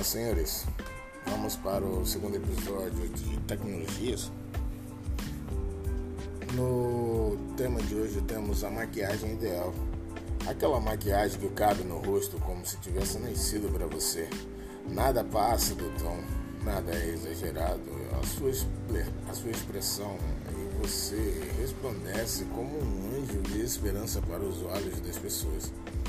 Senhoras e senhores, vamos para o segundo episódio de tecnologias. No tema de hoje temos a maquiagem ideal. Aquela maquiagem que cabe no rosto como se tivesse nascido para você. Nada passa do tom, nada é exagerado. A sua expressão e você resplandece como um anjo de esperança para os olhos das pessoas.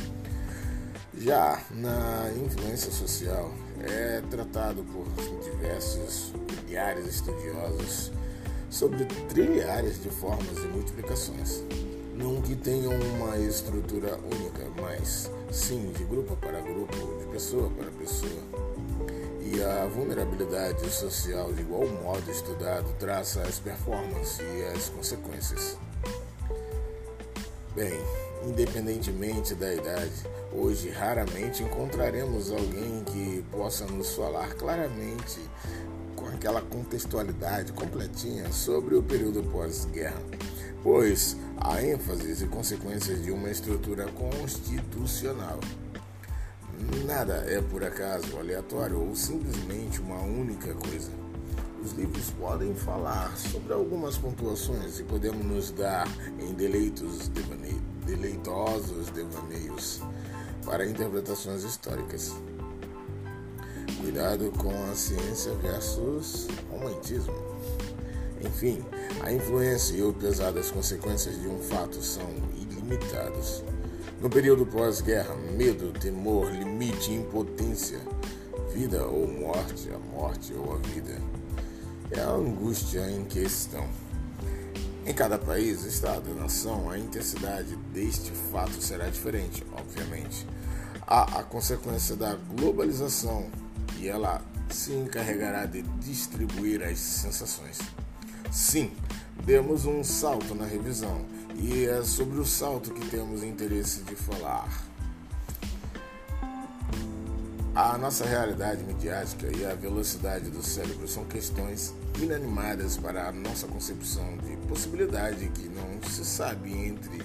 Já na influência social, é tratado por diversos milhares de estudiosos sobre trilhares de formas e multiplicações. Não que tenham uma estrutura única, mas sim de grupo para grupo, de pessoa para pessoa. E a vulnerabilidade social, de igual modo estudado, traça as performances e as consequências. Bem, independentemente da idade, hoje raramente encontraremos alguém que possa nos falar claramente, com aquela contextualidade completinha, sobre o período pós-guerra, pois há ênfases e consequências de uma estrutura constitucional. Nada é por acaso, aleatório ou simplesmente uma única coisa. Os livros podem falar sobre algumas pontuações e podemos nos dar em deleitosos devaneios para interpretações históricas. Cuidado com a ciência versus romantismo. Enfim, a influência e o pesar das consequências de um fato são ilimitados. No período pós-guerra, medo, temor, limite, impotência, vida ou morte, a morte ou a vida. É a angústia em questão. Em cada país, estado e nação, a intensidade deste fato será diferente, obviamente. Há a consequência da globalização e ela se encarregará de distribuir as sensações. Sim, demos um salto na revisão e é sobre o salto que temos interesse de falar. A nossa realidade midiática e a velocidade do cérebro são questões inanimadas para a nossa concepção de possibilidade que não se sabe entre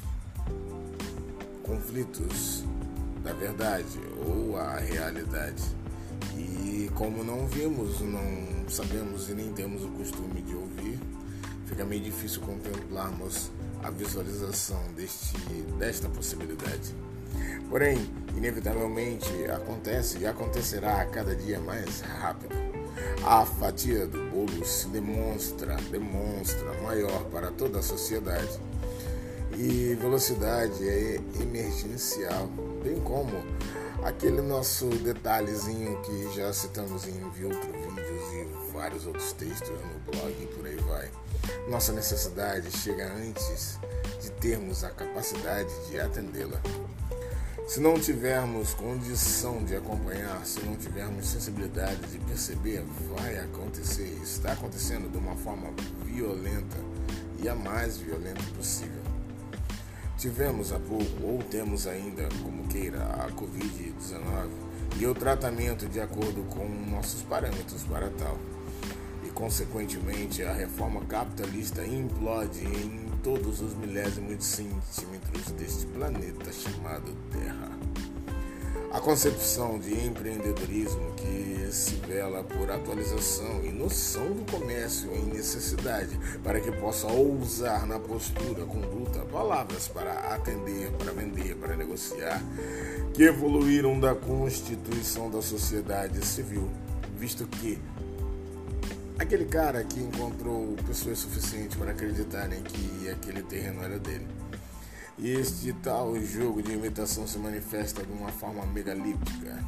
conflitos da verdade ou a realidade. E como não vimos, não sabemos e nem temos o costume de ouvir, fica meio difícil contemplarmos a visualização desta possibilidade. Porém, inevitavelmente acontece e acontecerá a cada dia mais rápido. A fatia do bolo se demonstra maior para toda a sociedade. E velocidade é emergencial, bem como aquele nosso detalhezinho que já citamos em outros vídeos e vários outros textos no blog e por aí vai. Nossa necessidade chega antes de termos a capacidade de atendê-la. Se não tivermos condição de acompanhar, se não tivermos sensibilidade de perceber, vai acontecer, está acontecendo de uma forma violenta e a mais violenta possível. Tivemos há pouco, ou temos ainda, como queira, a Covid-19 e o tratamento de acordo com nossos parâmetros para tal. E, consequentemente, a reforma capitalista implode em todos os milésimos de centímetros deste planeta chamado Terra. A concepção de empreendedorismo que se vela por atualização e noção do comércio em necessidade para que possa ousar na postura, conduta, palavras para atender, para vender, para negociar, que evoluíram da constituição da sociedade civil, visto que aquele cara que encontrou pessoas suficientes para acreditarem que aquele terreno era dele. E este tal jogo de imitação se manifesta de uma forma megalíptica.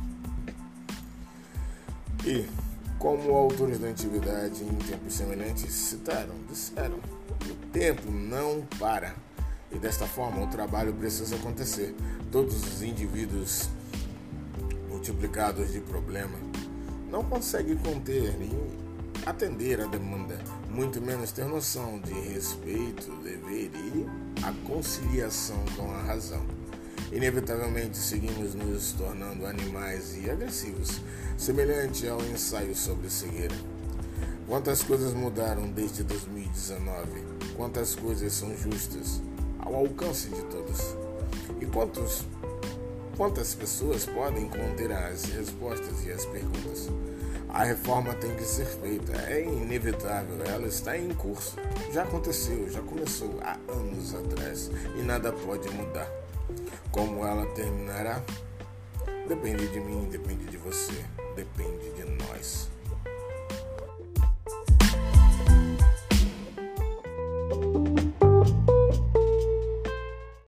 E, como autores da antiguidade em tempos semelhantes disseram, o tempo não para. E desta forma o trabalho precisa acontecer. Todos os indivíduos multiplicados de problema não conseguem conter nem atender a demanda, muito menos ter noção de respeito, dever e a conciliação com a razão. Inevitavelmente seguimos nos tornando animais e agressivos, semelhante ao ensaio sobre cegueira. Quantas coisas mudaram desde 2019? Quantas coisas são justas ao alcance de todos? E quantos Quantas pessoas podem conter as respostas e as perguntas? A reforma tem que ser feita, é inevitável, ela está em curso. Já aconteceu, já começou há anos atrás e nada pode mudar. Como ela terminará? Depende de mim, depende de você.